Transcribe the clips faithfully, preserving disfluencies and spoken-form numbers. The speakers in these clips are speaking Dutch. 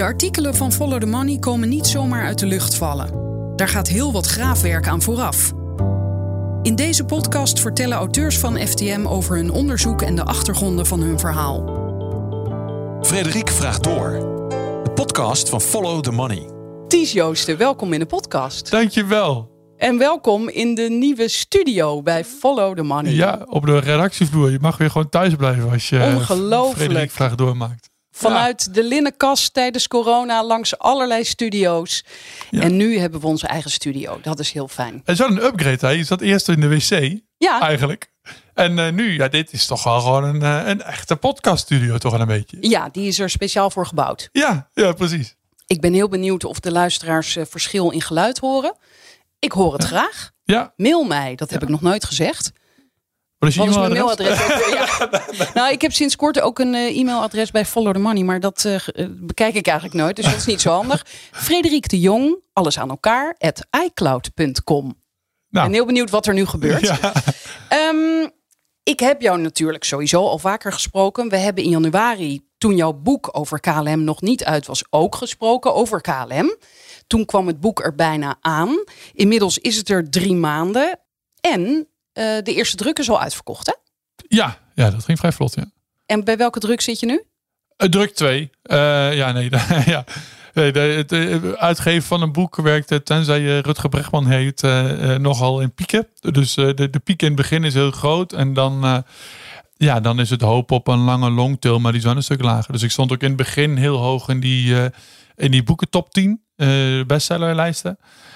De artikelen van Follow the Money komen niet zomaar uit de lucht vallen. Daar gaat heel wat graafwerk aan vooraf. In deze podcast vertellen auteurs van F T M over hun onderzoek en de achtergronden van hun verhaal. Frederik vraagt door. De podcast van Follow the Money. Ties Joosten, welkom in de podcast. Dankjewel. En welkom in de nieuwe studio bij Follow the Money. Ja, op de redactievloer. Je mag weer gewoon thuis blijven als je Ongelooflijk. Frederik vraagt doormaakt. Vanuit ja. de linnenkast tijdens corona langs allerlei studio's. Ja. En nu hebben we onze eigen studio. Dat is heel fijn. Het is wel een upgrade. Hè? Je zat eerst in de wc. Ja. Eigenlijk. En uh, nu, ja, dit is toch wel gewoon een, uh, een echte podcaststudio toch wel een beetje. Ja, die is er speciaal voor gebouwd. Ja, ja, precies. Ik ben heel benieuwd of de luisteraars uh, verschil in geluid horen. Ik hoor het ja. graag. Ja. Mail mij, dat heb ja. ik nog nooit gezegd. Wat is je Wat e-mailadres? Is mijn mailadres? Ja. Nou, ik heb sinds kort ook een uh, e-mailadres bij Follow the Money, maar dat uh, bekijk ik eigenlijk nooit, dus dat is niet zo handig. Frederik de Jong, alles aan elkaar, at icloud punt com. Nou. Ik ben heel benieuwd wat er nu gebeurt. Ja. Um, ik heb jou natuurlijk sowieso al vaker gesproken. We hebben in januari, toen jouw boek over K L M nog niet uit was, ook gesproken over K L M. Toen kwam het boek er bijna aan. Inmiddels is het er drie maanden. En uh, de eerste druk is al uitverkocht, hè? Ja, ja, dat ging vrij vlot, ja. En bij welke druk zit je nu? Uh, druk twee. Uh, ja, nee. ja. nee de, het uh, uitgeven van een boek werkt, tenzij je Rutger Bregman heet, uh, uh, nogal in pieken. Dus uh, de, de piek in het begin is heel groot. En dan, uh, ja, dan is het hoop op een lange longtail, maar die is wel een stuk lager. Dus ik stond ook in het begin heel hoog in die, uh, in die boeken top tien. Uh, bestsellerlijsten.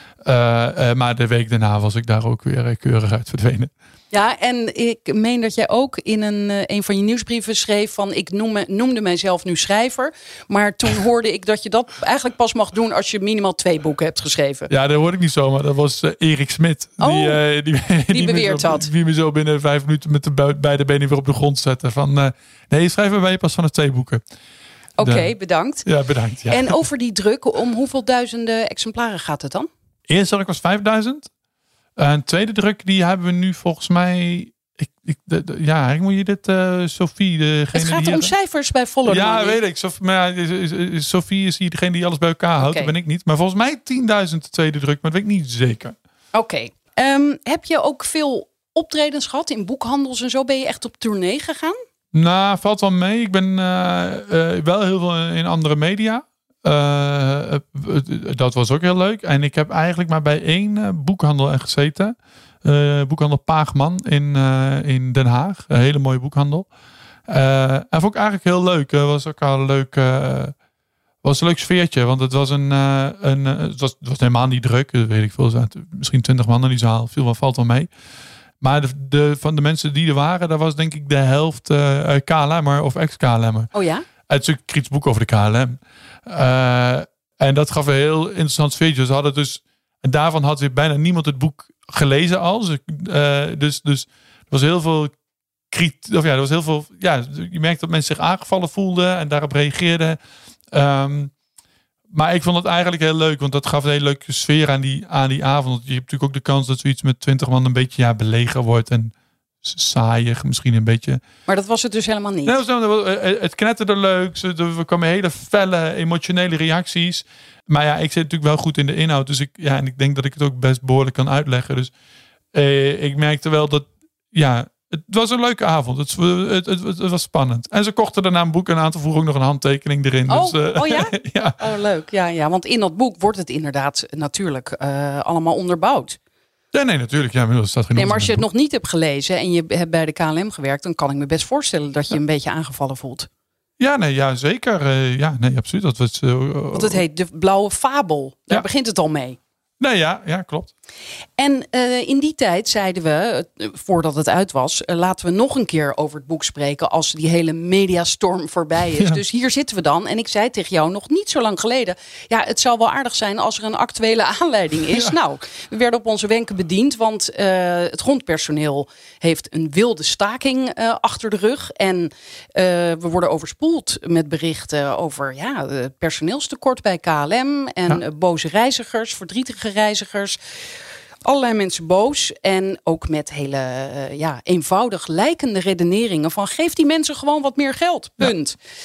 Uh, uh, maar de week daarna was ik daar ook weer uh, keurig uit verdwenen. Ja, en ik meen dat jij ook in een, uh, een van je nieuwsbrieven schreef van ik noemde, noemde mijzelf nu schrijver. Maar toen hoorde ik dat je dat eigenlijk pas mag doen als je minimaal twee boeken hebt geschreven. Ja, dat hoorde ik niet zomaar. Dat was uh, Erik Smit. Oh, die, uh, die, die, die beweerd zo, had. Die me zo binnen vijf minuten met de beide benen weer op de grond zette. Van uh, nee, schrijven wij pas vanaf twee boeken. Oké, okay, bedankt. Ja, bedankt. Ja. En over die druk, om hoeveel duizenden exemplaren gaat het dan? Eerste druk was vijfduizend. Een tweede druk, die hebben we nu volgens mij... Ik, ik, de, de, ja, ik moet je dit... Uh, Sophie, degene Het gaat die om cijfers bij Follow the Ja, Money. weet ik. Sophie, maar ja, Sophie is hier degene die alles bij elkaar houdt. Okay. Dat ben ik niet. Maar volgens mij tienduizend de tweede druk. Maar dat weet ik niet zeker. Oké. Okay. Um, heb je ook veel optredens gehad in boekhandels en zo? Ben je echt op tournee gegaan? Nou, valt wel mee. Ik ben uh, uh, wel heel veel in andere media. Uh, dat was ook heel leuk. En ik heb eigenlijk maar bij één uh, boekhandel gezeten. Uh, boekhandel Paagman in, uh, in Den Haag. Een hele mooie boekhandel. Uh, en vond ik eigenlijk heel leuk. Het uh, was ook al een leuk, uh, was een leuk sfeertje. Want het was, een, uh, een, uh, het was, het was helemaal niet druk. Dat weet ik veel. Misschien twintig man in die zaal. Veel valt wel mee. Maar de, de, van de mensen die er waren, daar was denk ik de helft uh, K L M'er of ex-K L M'er. Oh ja? Het is een kritisch boek over de K L M. Uh, en dat gaf een heel interessant sfeertje. Ze hadden dus, en daarvan had weer bijna niemand het boek gelezen al. Uh, dus, dus er was heel veel kritiek. Of ja, er was heel veel. Ja, je merkte dat mensen zich aangevallen voelden en daarop reageerden. Um, maar ik vond het eigenlijk heel leuk, want dat gaf een hele leuke sfeer aan die, aan die avond. Je hebt natuurlijk ook de kans dat zoiets met twintig man een beetje ja, belegen wordt en saaiig misschien een beetje. Maar dat was het dus helemaal niet? Nee, het knetterde leuk. Er kwamen hele felle, emotionele reacties. Maar ja, ik zit natuurlijk wel goed in de inhoud. Dus ik, ja, en ik denk dat ik het ook best behoorlijk kan uitleggen. Dus eh, ik merkte wel dat, ja, het was een leuke avond. Het, het, het, het was spannend. En ze kochten daarna een boek en een aantal vroegen ook nog een handtekening erin. Oh, dus, uh, oh ja? ja? Oh, leuk. Ja, ja, want in dat boek wordt het inderdaad natuurlijk uh, allemaal onderbouwd. Ja, nee, natuurlijk. Ja, dat staat geen nee, maar als je het nog niet hebt gelezen en je hebt bij de K L M gewerkt, dan kan ik me best voorstellen dat je ja. een beetje aangevallen voelt. Ja, nee, ja, zeker. Uh, ja, nee, absoluut. Dat was, uh, Want het heet De Blauwe Fabel. Daar ja. begint het al mee. Nee, ja, ja, klopt. En uh, in die tijd zeiden we, uh, voordat het uit was, uh, laten we nog een keer over het boek spreken als die hele mediastorm voorbij is. Ja. Dus hier zitten we dan. En ik zei tegen jou nog niet zo lang geleden, ja, het zou wel aardig zijn als er een actuele aanleiding is. Ja. Nou, we werden op onze wenken bediend, want uh, het grondpersoneel heeft een wilde staking uh, achter de rug. En uh, we worden overspoeld met berichten over ja, het personeelstekort bij K L M en ja. uh, boze reizigers, verdrietige reizigers. Allerlei mensen boos en ook met hele uh, ja, eenvoudig lijkende redeneringen van geef die mensen gewoon wat meer geld, punt. Ja.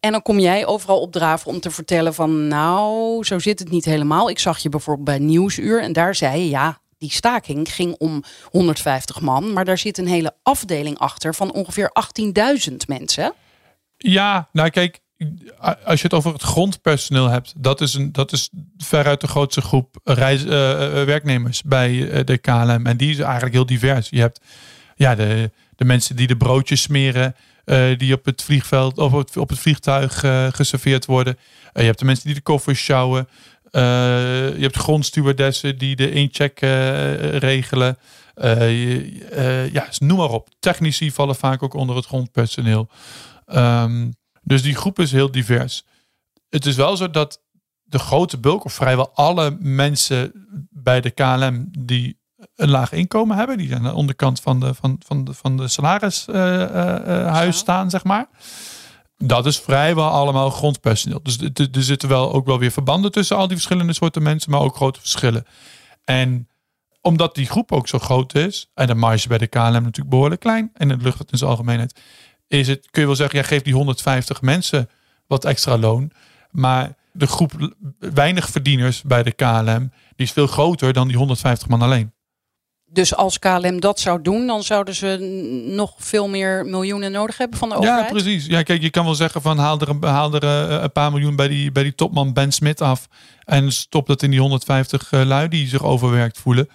En dan kom jij overal opdraven om te vertellen van... nou, zo zit het niet helemaal. Ik zag je bijvoorbeeld bij Nieuwsuur en daar zei je... ja, die staking ging om honderdvijftig man... maar daar zit een hele afdeling achter van ongeveer achttienduizend mensen. Ja, nou kijk, als je het over het grondpersoneel hebt... dat is, een, dat is veruit de grootste groep reis, uh, werknemers bij uh, de K L M. En die is eigenlijk heel divers. Je hebt ja, de, de mensen die de broodjes smeren... Uh, die op het vliegveld of op het, op het vliegtuig uh, geserveerd worden. Uh, je hebt de mensen die de koffers sjouwen. Uh, je hebt grondstewardessen die de incheck uh, regelen. Uh, uh, ja, noem maar op. Technici vallen vaak ook onder het grondpersoneel. Um, dus die groep is heel divers. Het is wel zo dat de grote bulk, of vrijwel alle mensen bij de K L M die een laag inkomen hebben, die aan de onderkant van de, van, van de, van de salarishuis uh, uh, staan, zeg maar. Dat is vrijwel allemaal grondpersoneel. Dus er zitten wel ook wel weer verbanden tussen al die verschillende soorten mensen, maar ook grote verschillen. En omdat die groep ook zo groot is, en de marge bij de K L M natuurlijk behoorlijk klein, en de luchtvaart in zijn algemeenheid, is het, kun je wel zeggen, ja, geef die honderdvijftig mensen wat extra loon. Maar de groep weinig verdieners bij de K L M, die is veel groter dan die honderdvijftig man alleen. Dus als K L M dat zou doen, dan zouden ze nog veel meer miljoenen nodig hebben van de overheid? Ja, precies. Ja, kijk, je kan wel zeggen van haal er, een, haal er een paar miljoen bij die, bij die topman Ben Smith af. En stop dat in die honderdvijftig lui die zich overwerkt voelen.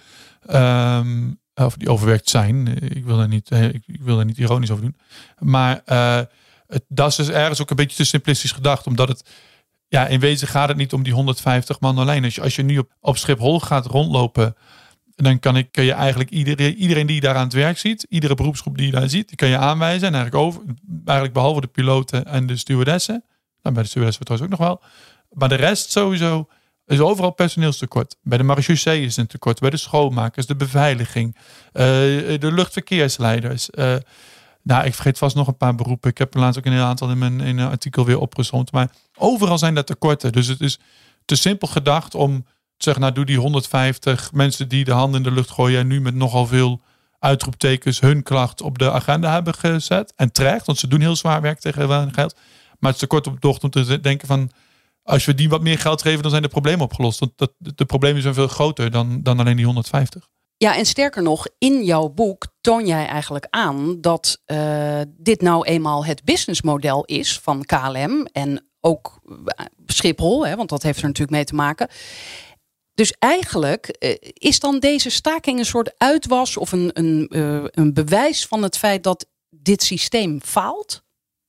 Um, of die overwerkt zijn. Ik wil daar niet, ik wil daar niet ironisch over doen. Maar uh, het, dat is dus ergens ook een beetje te simplistisch gedacht. Omdat het, ja, in wezen gaat het niet om die honderdvijftig man alleen. Als je, als je nu op, op Schiphol gaat rondlopen, dan kan, ik, kan je eigenlijk iedereen, iedereen die je daar aan het werk ziet, iedere beroepsgroep die je daar ziet, die kan je aanwijzen. En eigenlijk, over, eigenlijk behalve de piloten en de stewardessen. Nou, bij de stewardessen trouwens ook nog wel. Maar de rest sowieso is overal personeelstekort. Bij de marechaussee is een tekort. Bij de schoonmakers, de beveiliging, uh, de luchtverkeersleiders. Uh, nou, ik vergeet vast nog een paar beroepen. Ik heb er laatst ook een heel aantal in mijn in een artikel weer opgezond. Maar overal zijn er tekorten. Dus het is te simpel gedacht om zeg, nou doe die honderdvijftig mensen die de handen in de lucht gooien en nu met nogal veel uitroeptekens hun klacht op de agenda hebben gezet. En terecht, want ze doen heel zwaar werk tegen weinig geld. Maar het is te kort op de tocht om te denken van, als we die wat meer geld geven, dan zijn de problemen opgelost. Want dat, de problemen zijn veel groter dan, dan alleen die honderdvijftig. Ja, en sterker nog, in jouw boek toon jij eigenlijk aan dat uh, dit nou eenmaal het businessmodel is van K L M en ook Schiphol, hè, want dat heeft er natuurlijk mee te maken. Dus eigenlijk uh, is dan deze staking een soort uitwas of een, een, uh, een bewijs van het feit dat dit systeem faalt?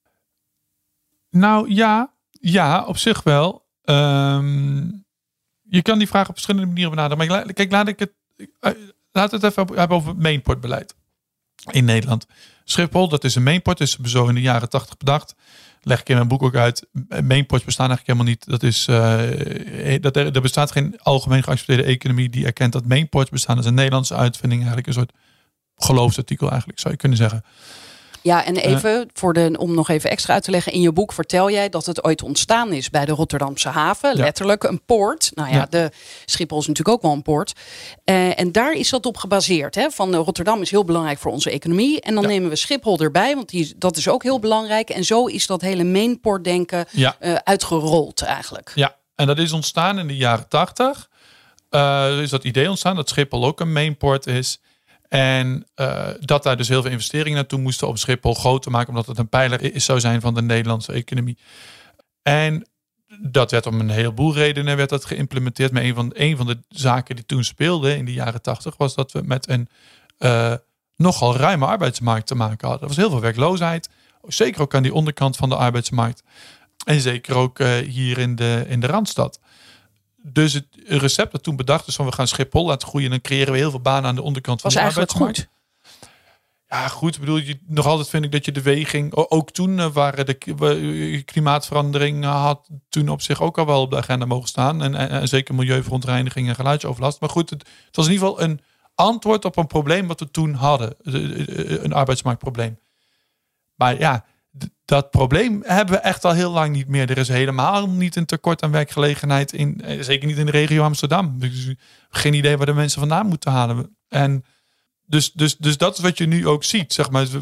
Nou ja, ja, op zich wel. Um, je kan die vraag op verschillende manieren benaderen. Maar ik, kijk, laat ik het, uh, laat het even hebben over het mainportbeleid in Nederland. Schiphol, dat is een mainport, is zo in de jaren tachtig bedacht. Leg ik in mijn boek ook uit. Mainports bestaan eigenlijk helemaal niet. Dat is, uh, dat er, er bestaat geen algemeen geaccepteerde economie die erkent dat mainports bestaan. Dat is een Nederlandse uitvinding, eigenlijk een soort geloofsartikel eigenlijk, zou je kunnen zeggen. Ja, en even uh, voor de, om nog even extra uit te leggen. In je boek vertel jij dat het ooit ontstaan is bij de Rotterdamse haven. Ja. Letterlijk een poort. Nou ja, ja, de Schiphol is natuurlijk ook wel een poort. Uh, en daar is dat op gebaseerd. Hè? Van uh, Rotterdam is heel belangrijk voor onze economie. En dan ja. nemen we Schiphol erbij, want die, dat is ook heel belangrijk. En zo is dat hele mainportdenken ja. uh, uitgerold eigenlijk. Ja, en dat is ontstaan in de jaren tachtig. Uh, is dat idee ontstaan dat Schiphol ook een mainport is. En uh, dat daar dus heel veel investeringen naartoe moesten om Schiphol groot te maken, omdat het een pijler is, zou zijn van de Nederlandse economie. En dat werd om een heleboel redenen werd dat geïmplementeerd. Maar een van, een van de zaken die toen speelde in de jaren tachtig was dat we met een uh, nogal ruime arbeidsmarkt te maken hadden. Er was heel veel werkloosheid, zeker ook aan die onderkant van de arbeidsmarkt. En zeker ook uh, hier in de, in de Randstad. Dus het recept dat toen bedacht is van we gaan Schiphol laten groeien en dan creëren we heel veel banen aan de onderkant van de arbeidsmarkt. Goed. Ja, goed. Bedoel je, nog altijd vind ik dat je de weging, ook toen waren de klimaatverandering had toen op zich ook al wel op de agenda mogen staan en, en, en zeker milieuverontreiniging en geluidsoverlast. Maar goed, het, het was in ieder geval een antwoord op een probleem wat we toen hadden, een arbeidsmarktprobleem. Maar ja, dat probleem hebben we echt al heel lang niet meer. Er is helemaal niet een tekort aan werkgelegenheid. In, zeker niet in de regio Amsterdam. Dus geen idee waar de mensen vandaan moeten halen. En Dus, dus, dus dat is wat je nu ook ziet. Zeg maar.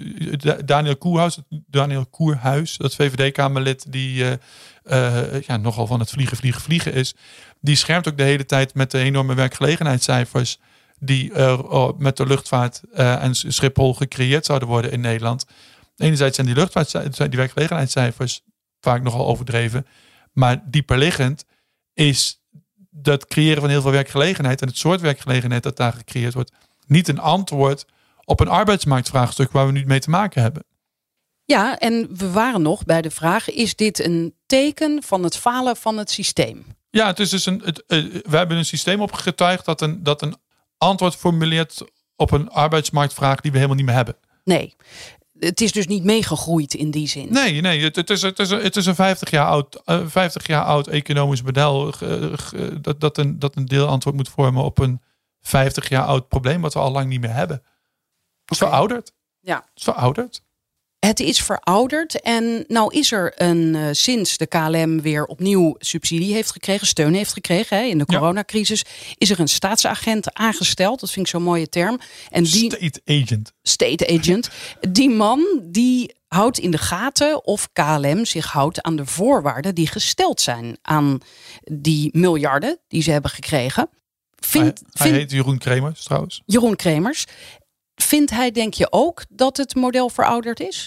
Daniel Koerhuis, Daniel Koerhuis, dat V V D-Kamerlid die uh, uh, ja, nogal van het vliegen, vliegen, vliegen is. Die schermt ook de hele tijd met de enorme werkgelegenheidscijfers die uh, met de luchtvaart uh, en Schiphol gecreëerd zouden worden in Nederland. Enerzijds zijn die luchtvaart, zijn die werkgelegenheidscijfers vaak nogal overdreven. Maar dieper liggend is dat creëren van heel veel werkgelegenheid en het soort werkgelegenheid dat daar gecreëerd wordt niet een antwoord op een arbeidsmarktvraagstuk waar we nu mee te maken hebben. Ja, en we waren nog bij de vraag, is dit een teken van het falen van het systeem? Ja, het is dus een, het, uh, we hebben een systeem opgetuigd dat een, dat een antwoord formuleert op een arbeidsmarktvraag die we helemaal niet meer hebben. Nee, het is dus niet meegegroeid in die zin. Nee, nee het, het, is, het, is, het is een vijftig jaar oud, uh, vijftig jaar oud economisch model uh, uh, dat, dat, een, dat een deelantwoord moet vormen op een vijftig jaar oud probleem wat we al lang niet meer hebben. Het is okay. verouderd. Ja. Het is verouderd. Het is verouderd en nou is er een uh, sinds de K L M weer opnieuw subsidie heeft gekregen, steun heeft gekregen hè, in de coronacrisis, ja. is er een staatsagent aangesteld. Dat vind ik zo'n mooie term. En die, State agent. State agent. Die man die houdt in de gaten of K L M zich houdt aan de voorwaarden die gesteld zijn aan die miljarden die ze hebben gekregen. Vindt, hij, hij vindt, heet Jeroen Kremers trouwens. Jeroen Kremers. Vindt hij, denk je ook, dat het model verouderd is?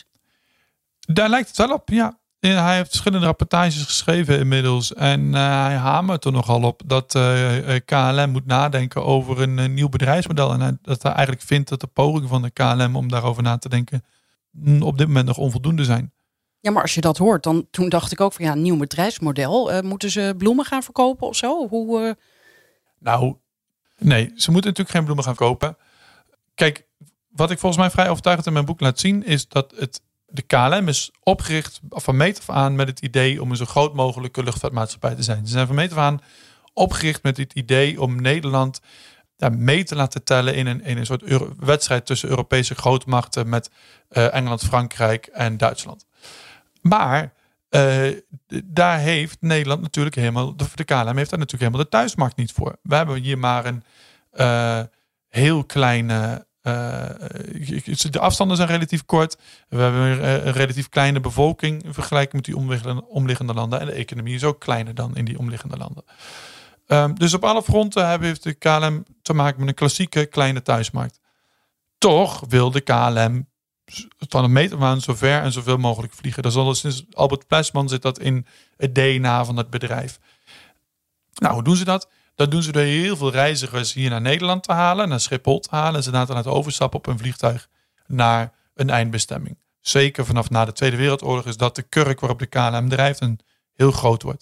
Daar lijkt het wel op, ja. Hij heeft verschillende rapportages geschreven inmiddels. En uh, hij hamert er nogal op dat uh, K L M moet nadenken over een, een nieuw bedrijfsmodel. En hij, dat hij eigenlijk vindt dat de pogingen van de K L M om daarover na te denken op dit moment nog onvoldoende zijn. Ja, maar als je dat hoort, dan toen dacht ik ook van ja, een nieuw bedrijfsmodel. Uh, moeten ze bloemen gaan verkopen of zo? Hoe... Uh... Nou, nee, ze moeten natuurlijk geen bloemen gaan kopen. Kijk, wat ik volgens mij vrij overtuigend in mijn boek laat zien, is dat het, de K L M is opgericht van meet af aan met het idee om een zo groot mogelijke luchtvaartmaatschappij te zijn. Ze zijn van meet af aan opgericht met het idee om Nederland ja, mee te laten tellen in een, in een soort Euro- wedstrijd tussen Europese grootmachten met uh, Engeland, Frankrijk en Duitsland. Maar uh, daar heeft Nederland natuurlijk helemaal, de K L M heeft daar natuurlijk helemaal de thuismarkt niet voor. We hebben hier maar een uh, heel kleine... Uh, de afstanden zijn relatief kort. We hebben een relatief kleine bevolking in vergelijking met die omliggende, omliggende landen. En de economie is ook kleiner dan in die omliggende landen. Um, dus op alle fronten heeft de K L M te maken met een klassieke kleine thuismarkt. Toch wil de K L M van een meter aan zo ver en zoveel mogelijk vliegen. Dat is al sinds Albert Plesman zit dat in het D N A van het bedrijf. Nou, hoe doen ze dat? Dat doen ze door heel veel reizigers hier naar Nederland te halen, naar Schiphol te halen en ze te laten overstappen op een vliegtuig naar een eindbestemming. Zeker vanaf na de Tweede Wereldoorlog is dat de kurk waarop de K L M drijft en heel groot wordt.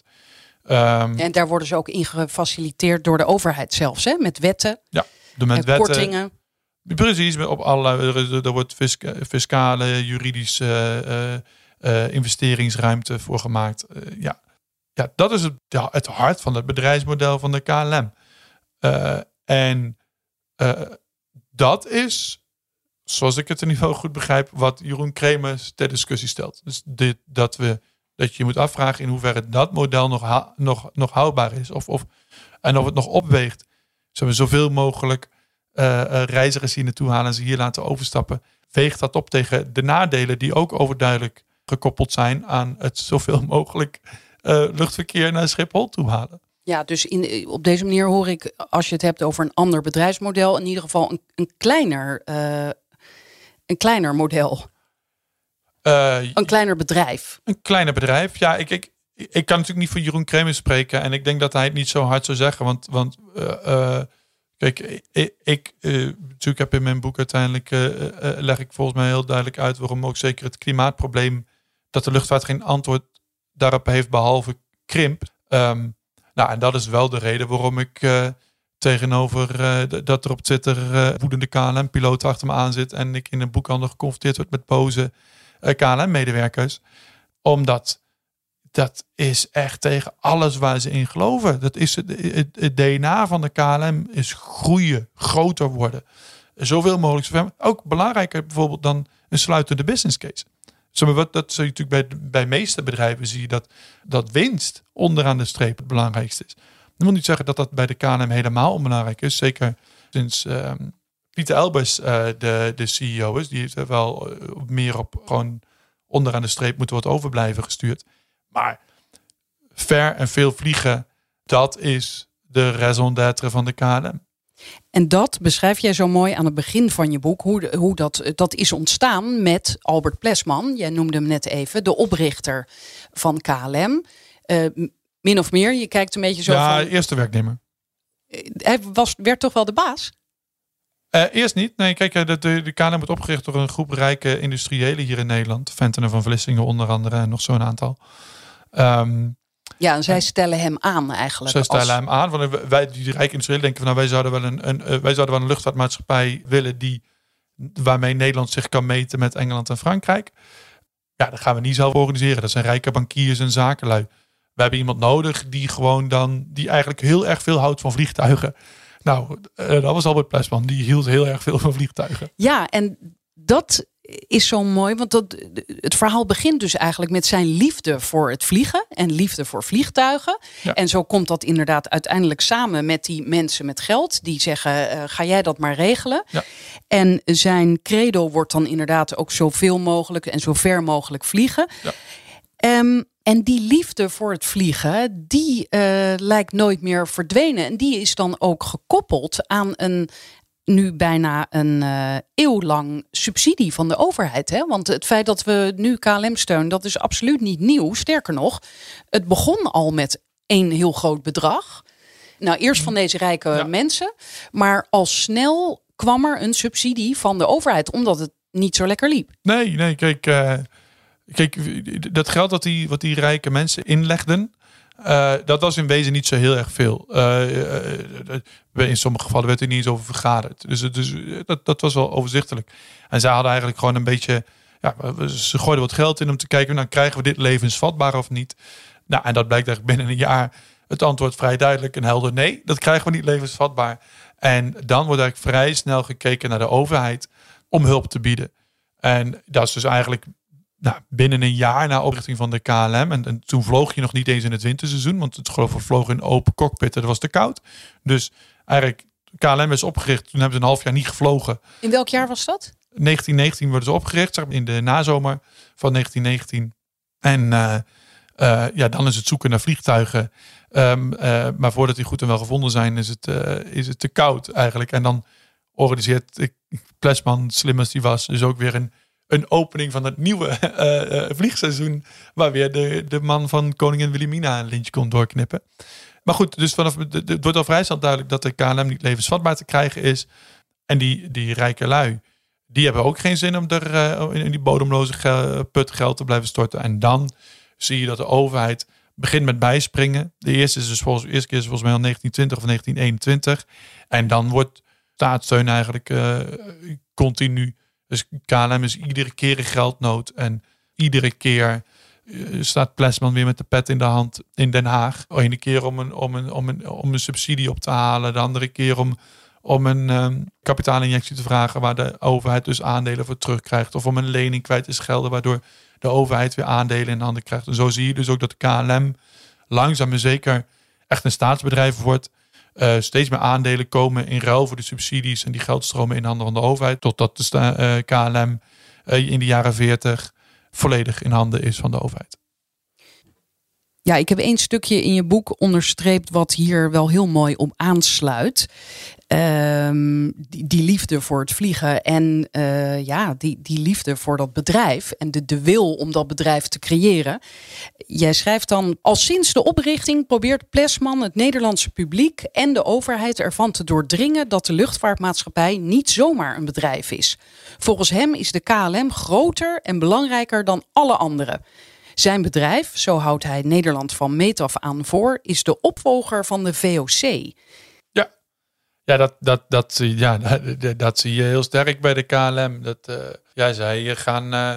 Um, en daar worden ze ook in gefaciliteerd door de overheid zelfs, hè? Met wetten, ja, door met wetten, kortingen. Precies, op allerlei, er wordt fisca, fiscale, juridische uh, uh, investeringsruimte voor gemaakt. Uh, ja. Ja, dat is het, ja, het hart van het bedrijfsmodel van de K L M. Uh, en uh, dat is, zoals ik het in ieder geval goed begrijp, wat Jeroen Kremers ter discussie stelt. Dus dit, dat, we, dat je moet afvragen in hoeverre dat model nog, ha- nog, nog houdbaar is. Of, of, en of het nog opweegt. Zullen we zoveel mogelijk uh, uh, reizigers hier naartoe halen en ze hier laten overstappen. Weegt dat op tegen de nadelen die ook overduidelijk gekoppeld zijn aan het zoveel mogelijk Uh, luchtverkeer naar Schiphol toe halen. Ja, dus in, op deze manier hoor ik, als je het hebt over een ander bedrijfsmodel, in ieder geval een, een, kleiner, uh, een kleiner model. Uh, een kleiner bedrijf. Een kleiner bedrijf. Ja, ik, ik, ik kan natuurlijk niet voor Jeroen Kremers spreken en ik denk dat hij het niet zo hard zou zeggen. Want, want uh, uh, kijk, ik, ik uh, natuurlijk heb in mijn boek uiteindelijk uh, uh, leg ik volgens mij heel duidelijk uit waarom ook zeker het klimaatprobleem, dat de luchtvaart geen antwoord daarop heeft behalve krimp. Um, nou, en dat is wel de reden waarom ik uh, tegenover uh, d- dat er op Twitter uh, woedende K L M-piloten achter me aan zit en ik in een boekhandel geconfronteerd word met boze uh, K L M-medewerkers. Omdat dat is echt tegen alles waar ze in geloven. Dat is het, het, het D N A van de K L M is groeien, groter worden. Zoveel mogelijk. Zover. Ook belangrijker bijvoorbeeld dan een sluitende business case. Dat zie je natuurlijk bij, bij de meeste bedrijven zie je dat, dat winst onderaan de streep het belangrijkste is. Dat wil niet zeggen dat dat bij de K L M helemaal onbelangrijk is. Zeker sinds uh, Pieter Elbers uh, de, de C E O is. Die is wel uh, meer op gewoon onderaan de streep moeten wat overblijven gestuurd. Maar ver en veel vliegen, dat is de raison d'être van de K L M. En dat beschrijf jij zo mooi aan het begin van je boek. Hoe, hoe dat, dat is ontstaan met Albert Plesman. Jij noemde hem net even, de oprichter van K L M. Uh, min of meer, je kijkt een beetje zo ja, van... eerste werknemer. Hij was, werd toch wel de baas? Uh, eerst niet. Nee, kijk, de, de, de K L M wordt opgericht door een groep rijke industriëlen hier in Nederland. Ventenen van Vlissingen onder andere en nog zo'n aantal. Um, Ja, en zij stellen hem aan eigenlijk. Zij stellen als... hem aan. Want wij, die rijke industriëlen, denken van nou, wij zouden wel een, een, uh, wij zouden wel een luchtvaartmaatschappij willen die, waarmee Nederland zich kan meten met Engeland en Frankrijk. Ja, dat gaan we niet zelf organiseren. Dat zijn rijke bankiers en zakenlui. We hebben iemand nodig die gewoon dan, die eigenlijk heel erg veel houdt van vliegtuigen. Nou, uh, dat was Albert Plesman. Die hield heel erg veel van vliegtuigen. Ja, en dat is zo mooi, want dat, het verhaal begint dus eigenlijk met zijn liefde voor het vliegen en liefde voor vliegtuigen. Ja. En zo komt dat inderdaad uiteindelijk samen met die mensen met geld die zeggen, uh, ga jij dat maar regelen. Ja. En zijn credo wordt dan inderdaad ook zoveel mogelijk en zo ver mogelijk vliegen. Ja. Um, en die liefde voor het vliegen, die uh, lijkt nooit meer verdwenen. En die is dan ook gekoppeld aan een nu bijna een uh, eeuw lang subsidie van de overheid. Hè? Want het feit dat we nu K L M steunen, dat is absoluut niet nieuw. Sterker nog, het begon al met één heel groot bedrag. Nou, eerst van deze rijke ja. mensen. Maar al snel kwam er een subsidie van de overheid, omdat het niet zo lekker liep. Nee, nee, kijk, uh, kijk dat geld dat die, wat die rijke mensen inlegden, Uh, dat was in wezen niet zo heel erg veel. Uh, uh, in sommige gevallen werd er niet eens over vergaderd. Dus, dus dat, dat was wel overzichtelijk. En zij hadden eigenlijk gewoon een beetje, ja, ze gooiden wat geld in om te kijken, nou, krijgen we dit levensvatbaar of niet? Nou, en dat blijkt eigenlijk binnen een jaar het antwoord vrij duidelijk en helder. Nee, dat krijgen we niet levensvatbaar. En dan wordt eigenlijk vrij snel gekeken naar de overheid om hulp te bieden. En dat is dus eigenlijk Nou, binnen een jaar na oprichting van de K L M. En, en toen vloog je nog niet eens in het winterseizoen. Want het geloof ik vloog in open cockpit. En dat was te koud. Dus eigenlijk, K L M is opgericht. Toen hebben ze een half jaar niet gevlogen. In welk jaar was dat? negentien negentien werden ze opgericht. Zeg maar, in de nazomer van negentien negentien. En uh, uh, ja, dan is het zoeken naar vliegtuigen. Um, uh, maar voordat die goed en wel gevonden zijn, is het, uh, is het te koud eigenlijk. En dan organiseert Plesman, slim als die was, dus ook weer een Een opening van het nieuwe uh, uh, vliegseizoen, waar weer de, de man van koningin Wilhelmina een lintje kon doorknippen. Maar goed, dus vanaf het wordt al vrij snel duidelijk dat de K L M niet levensvatbaar te krijgen is. En die, die rijke lui, die hebben ook geen zin om er uh, in die bodemloze ge- put geld te blijven storten. En dan zie je dat de overheid begint met bijspringen. De eerste is dus volgens, de eerste keer is volgens mij al negentien twintig of negentien eenentwintig. En dan wordt staatssteun eigenlijk uh, continu. Dus K L M is iedere keer in geldnood. En iedere keer uh, staat Plesman weer met de pet in de hand in Den Haag. De ene keer om een, om een, om een, om een subsidie op te halen. De andere keer om, om een um, kapitaalinjectie te vragen, waar de overheid dus aandelen voor terugkrijgt. Of om een lening kwijt te schelden, waardoor de overheid weer aandelen in handen krijgt. En zo zie je dus ook dat de K L M langzaam en zeker echt een staatsbedrijf wordt. Uh, steeds meer aandelen komen in ruil voor de subsidies en die geldstromen in handen van de overheid. Totdat de sta- uh, K L M uh, in de jaren veertig volledig in handen is van de overheid. Ja, ik heb één stukje in je boek onderstreept wat hier wel heel mooi op aansluit. Um, die, die liefde voor het vliegen en uh, ja, die, die liefde voor dat bedrijf en de, de wil om dat bedrijf te creëren. Jij schrijft dan: al sinds de oprichting probeert Plesman het Nederlandse publiek en de overheid ervan te doordringen dat de luchtvaartmaatschappij niet zomaar een bedrijf is. Volgens hem is de K L M groter en belangrijker dan alle anderen. Zijn bedrijf, zo houdt hij Nederland van meet af aan voor, is de opvolger van de V O C. Ja, ja, dat, dat, dat, ja dat, dat zie je heel sterk bij de K L M. Dat, uh, ja, zij gaan, uh,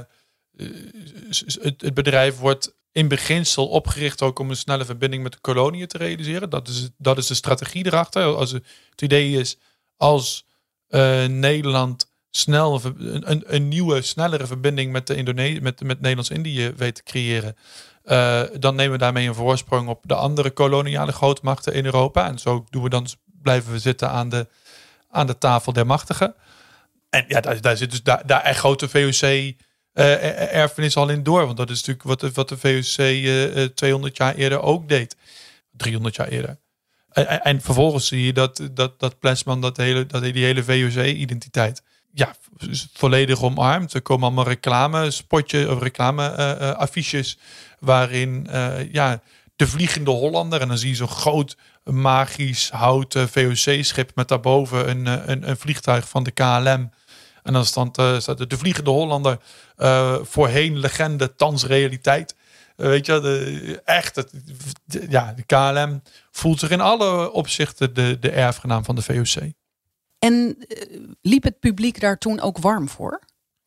het, het bedrijf wordt in beginsel opgericht ook om een snelle verbinding met de koloniën te realiseren. Dat is, dat is de strategie erachter. Als het, het idee is, als uh, Nederland snel een, een, een nieuwe, snellere verbinding met de Indonesië, met, met Nederlands-Indië weet te creëren, Uh, dan nemen we daarmee een voorsprong op de andere koloniale grootmachten in Europa. En zo doen we dan, blijven we zitten aan de, aan de tafel der machtigen. En ja, daar, daar zit dus daar, daar echt grote V O C-erfenis uh, al in door. Want dat is natuurlijk wat de, wat de V O C uh, tweehonderd jaar eerder ook deed. driehonderd jaar eerder. En, en vervolgens zie je dat, dat, dat Plessman dat hele, dat die hele V O C-identiteit ja, volledig omarmt. Er komen allemaal reclamespotjes of reclameaffiches uh, waarin uh, ja, de Vliegende Hollander, en dan zie je zo'n groot magisch houten V O C-schip met daarboven een, een, een vliegtuig van de K L M. En dan staat, uh, staat de Vliegende Hollander, uh, voorheen legende, thans realiteit. Uh, weet je, de, echt, het, de, ja, de K L M voelt zich in alle opzichten de, de erfgenaam van de V O C. En uh, liep het publiek daar toen ook warm voor?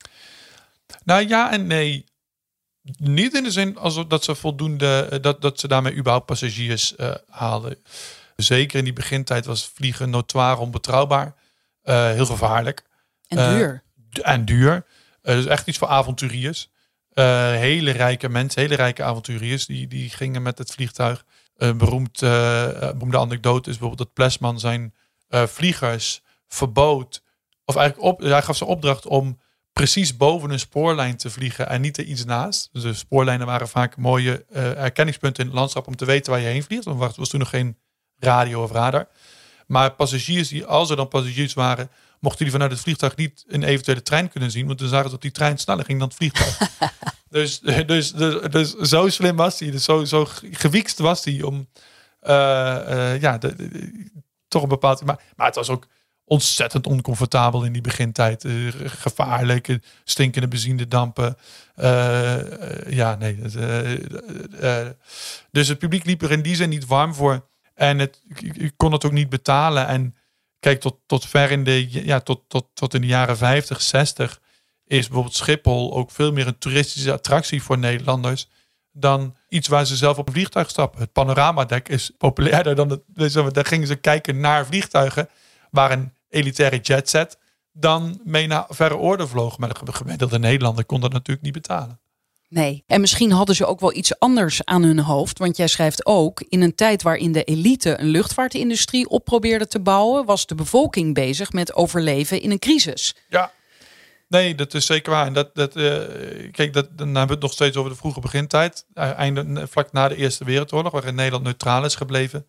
Nou ja en nee. Niet in de zin alsof dat ze voldoende, dat, dat ze daarmee überhaupt passagiers uh, haalden. Zeker in die begintijd was vliegen notoire onbetrouwbaar. Uh, heel gevaarlijk. En duur. Uh, en duur. Uh, dus echt iets voor avonturiers. Uh, hele rijke mensen, hele rijke avonturiers. Die, die gingen met het vliegtuig. Een beroemd, uh, beroemde anekdote is bijvoorbeeld dat Plessman zijn uh, vliegers verbood. Of eigenlijk op, hij gaf ze opdracht om precies boven een spoorlijn te vliegen en niet er iets naast. Dus de spoorlijnen waren vaak mooie uh, herkenningspunten in het landschap om te weten waar je heen vliegt. Want er was toen nog geen radio of radar. Maar passagiers, die, als er dan passagiers waren, mochten die vanuit het vliegtuig niet een eventuele trein kunnen zien. Want dan zagen ze dat die trein sneller ging dan het vliegtuig. dus, dus, dus, dus zo slim was hij. Dus zo, zo gewiekst was hij om uh, uh, ja, de, de, toch een bepaald... Maar, maar het was ook ontzettend oncomfortabel in die begintijd. Uh, gevaarlijk, stinkende benzinedampen. Uh, uh, ja, nee. Uh, uh, uh, dus het publiek liep er in die zin niet warm voor. En het, ik kon het ook niet betalen. En kijk, tot, tot ver in de, ja, tot, tot, tot in de jaren vijftig, zestig is bijvoorbeeld Schiphol ook veel meer een toeristische attractie voor Nederlanders dan iets waar ze zelf op een vliegtuig stappen. Het panoramadek is populairder dan het. Dus daar gingen ze kijken naar vliegtuigen waar een elitaire jetset dan mee naar verre oorden vloog. Maar de gemiddelde Nederlander kon dat natuurlijk niet betalen. Nee, en misschien hadden ze ook wel iets anders aan hun hoofd. Want jij schrijft ook, in een tijd waarin de elite een luchtvaartindustrie op probeerde te bouwen, was de bevolking bezig met overleven in een crisis. Ja, nee, dat is zeker waar. En dat, dat, uh, kijk, dat, dan hebben we het nog steeds over de vroege begintijd. Uh, einde, vlak na de Eerste Wereldoorlog, waarin Nederland neutraal is gebleven.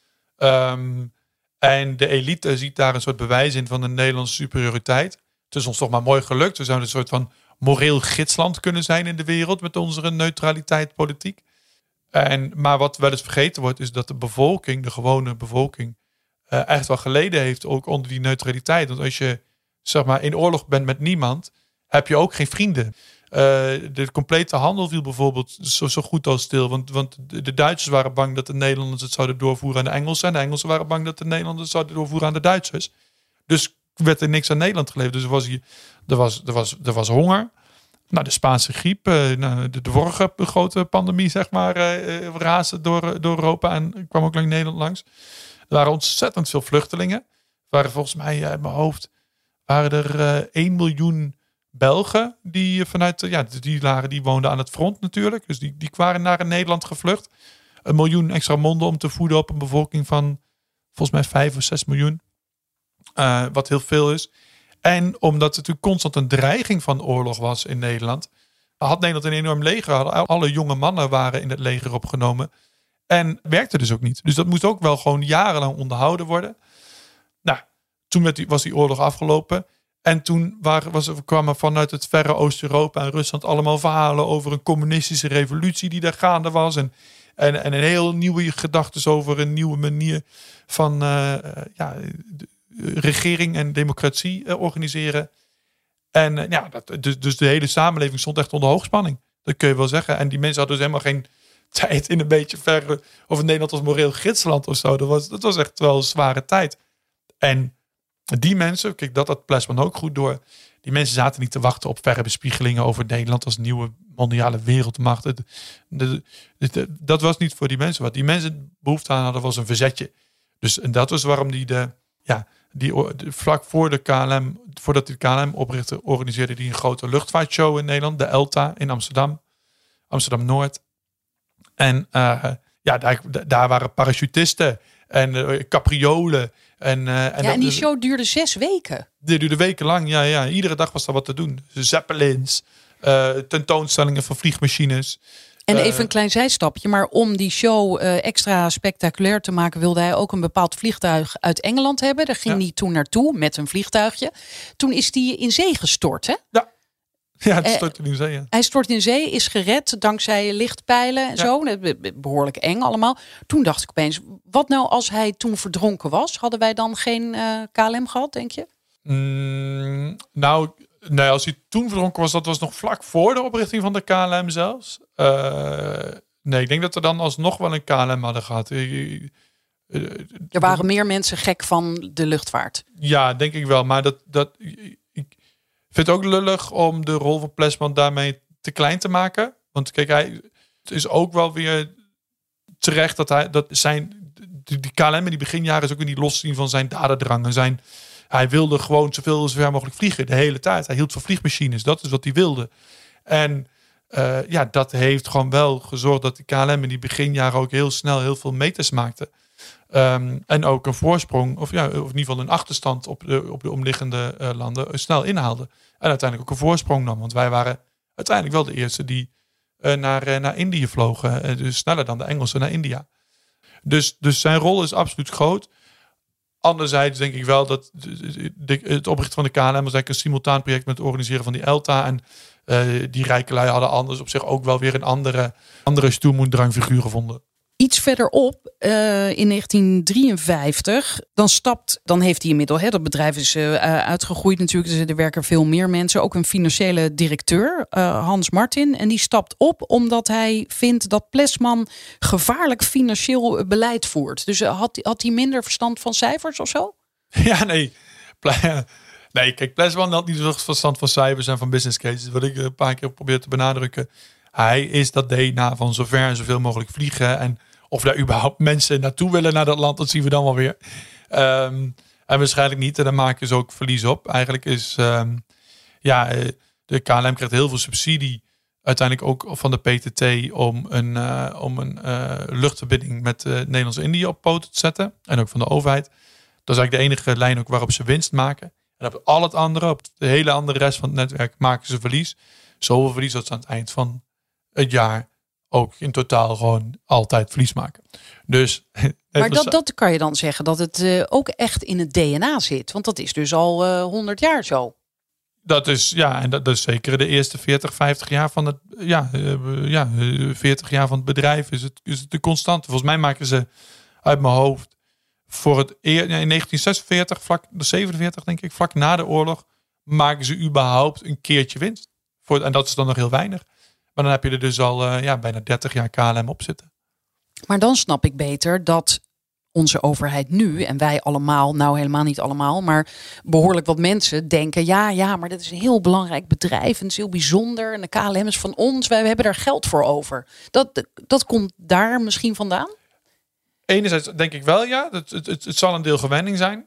Um, en de elite ziet daar een soort bewijs in van de Nederlandse superioriteit. Het is ons toch maar mooi gelukt. We zouden een soort van moreel gidsland kunnen zijn in de wereld met onze neutraliteit politiek. En, maar wat wel eens vergeten wordt, is dat de bevolking, de gewone bevolking, uh, echt wel geleden heeft ook onder die neutraliteit. Want als je zeg maar in oorlog bent met niemand, heb je ook geen vrienden. Uh, de complete handel viel bijvoorbeeld zo, zo goed als stil. Want, want de Duitsers waren bang dat de Nederlanders het zouden doorvoeren aan de Engelsen. En de Engelsen waren bang dat de Nederlanders het zouden doorvoeren aan de Duitsers. Dus werd er niks aan Nederland geleverd. Dus er was, hier, er was, er was, er was honger. Nou, de Spaanse griep, uh, de, de vorige grote pandemie, zeg maar, uh, raasde door, door Europa en kwam ook langs Nederland langs. Er waren ontzettend veel vluchtelingen. Er waren volgens mij, uh, in mijn hoofd, waren er uh, één miljoen Belgen die vanuit, uh, ja, die, lagen, die woonden aan het front natuurlijk. Dus die, die waren naar Nederland gevlucht. Een miljoen extra monden om te voeden op een bevolking van volgens mij vijf of zes miljoen. Uh, wat heel veel is. En omdat het natuurlijk constant een dreiging van oorlog was in Nederland, had Nederland een enorm leger. Alle jonge mannen waren in het leger opgenomen. En werkte dus ook niet. Dus dat moest ook wel gewoon jarenlang onderhouden worden. Nou, toen werd die, was die oorlog afgelopen. En toen waren, was, kwamen vanuit het verre Oost-Europa en Rusland allemaal verhalen over een communistische revolutie die daar gaande was. En, en, en een heel nieuwe gedachten over een nieuwe manier van uh, ja, de, regering en democratie uh, organiseren. En uh, ja, dat, dus, dus de hele samenleving stond echt onder hoogspanning. Dat kun je wel zeggen. En die mensen hadden dus helemaal geen tijd in een beetje verre of Nederland als moreel gidsland of zo. Dat was, dat was echt wel een zware tijd. En die mensen, kijk, dat had Plessman ook goed door. Die mensen zaten niet te wachten op verre bespiegelingen over Nederland als nieuwe mondiale wereldmacht. Het, de, de, de, dat was niet voor die mensen. Wat die mensen behoefte aan hadden was een verzetje. Dus en dat was waarom die de ja, die de, vlak voor de K L M, voordat die de K L M oprichtte, organiseerde die een grote luchtvaartshow in Nederland, de ELTA in Amsterdam, Amsterdam Noord. En uh, ja, daar, daar waren parachutisten en uh, capriolen. En, uh, en, ja, en die show duurde zes weken. dit duurde wekenlang. Ja, ja, iedere dag was er wat te doen. Zeppelins, uh, tentoonstellingen van vliegmachines. En even een klein zijstapje, maar om die show uh, extra spectaculair te maken, wilde hij ook een bepaald vliegtuig uit Engeland hebben. Daar ging ja. hij toen naartoe met een vliegtuigje. Toen is hij in zee gestort, hè? Ja, ja het stort in zee. Ja. Hij stort in zee, is gered dankzij lichtpijlen en ja. zo. Behoorlijk eng allemaal. Toen dacht ik opeens, wat nou als hij toen verdronken was? Hadden wij dan geen uh, K L M gehad, denk je? Mm, nou... Nee, als hij toen verdronken was, dat was nog vlak voor de oprichting van de K L M zelfs. Uh, nee, ik denk dat we dan alsnog wel een K L M hadden gehad. Uh, uh, er waren meer mensen gek van de luchtvaart. Ja, denk ik wel. Maar dat, dat, ik vind het ook lullig om de rol van Plesman daarmee te klein te maken. Want kijk, hij, het is ook wel weer terecht dat hij dat zijn die, die K L M in die beginjaren is ook weer die loszien van zijn daderdrang en zijn. Hij wilde gewoon zoveel zo ver mogelijk vliegen de hele tijd. Hij hield van vliegmachines. Dat is wat hij wilde. En uh, ja, dat heeft gewoon wel gezorgd dat de K L M in die beginjaren ook heel snel heel veel meters maakte. Um, en ook een voorsprong, of, ja, of in ieder geval een achterstand op de, op de omliggende uh, landen snel inhaalde. En uiteindelijk ook een voorsprong nam. Want wij waren uiteindelijk wel de eerste die uh, naar, uh, naar Indië vlogen. Uh, dus sneller dan de Engelsen naar India. Dus, dus zijn rol is absoluut groot. Anderzijds denk ik wel dat de, de, het oprichten van de K L M was eigenlijk een simultaan project met het organiseren van die ELTA. En uh, die rijke lui hadden anders op zich ook wel weer een andere, andere stoermoedrangfiguur gevonden. Iets verderop, uh, in negentien drieënvijftig, dan stapt, dan heeft hij inmiddels, hè, dat bedrijf is uh, uitgegroeid natuurlijk, dus er werken veel meer mensen, ook een financiële directeur, uh, Hans Martin, en die stapt op omdat hij vindt dat Plesman gevaarlijk financieel beleid voert. Dus uh, had, had hij minder verstand van cijfers of zo? Ja, nee. Nee, kijk, Plesman had niet zoveel verstand van cijfers en van business cases, wat ik een paar keer probeer te benadrukken. Hij is dat D N A van zo ver en zoveel mogelijk vliegen. En of daar überhaupt mensen naartoe willen naar dat land, dat zien we dan wel weer. Um, en waarschijnlijk niet. En dan maken ze ook verlies op. Eigenlijk is, um, ja, de K L M krijgt heel veel subsidie. Uiteindelijk ook van de P T T om een, uh, om een uh, luchtverbinding met uh, Nederlands-Indië op poten te zetten. En ook van de overheid. Dat is eigenlijk de enige lijn ook waarop ze winst maken. En op al het andere, op de hele andere rest van het netwerk, maken ze verlies. Zoveel verlies dat ze aan het eind van het jaar ook in totaal gewoon altijd verlies maken. Dus, maar dat, dat kan je dan zeggen dat het uh, ook echt in het D N A zit. Want dat is dus al honderd uh, jaar zo. Dat is, ja, en dat, dat is zeker de eerste veertig, vijftig jaar van het, ja, uh, ja, veertig jaar van het bedrijf is het, is het de constante. Volgens mij maken ze uit mijn hoofd voor het eer, ja, in negentien zesenveertig, vlak de zevenenveertig denk ik, vlak na de oorlog, maken ze überhaupt een keertje winst. Voor, en dat is dan nog heel weinig. Maar dan heb je er dus al uh, ja, bijna dertig jaar K L M op zitten. Maar dan snap ik beter dat onze overheid nu, en wij allemaal, nou helemaal niet allemaal, maar behoorlijk wat mensen denken, ja, ja, maar dat is een heel belangrijk bedrijf en het is heel bijzonder en de K L M is van ons, wij hebben daar geld voor over. Dat, dat komt daar misschien vandaan? Enerzijds denk ik wel, ja. Het, het, het, het zal een deel gewenning zijn.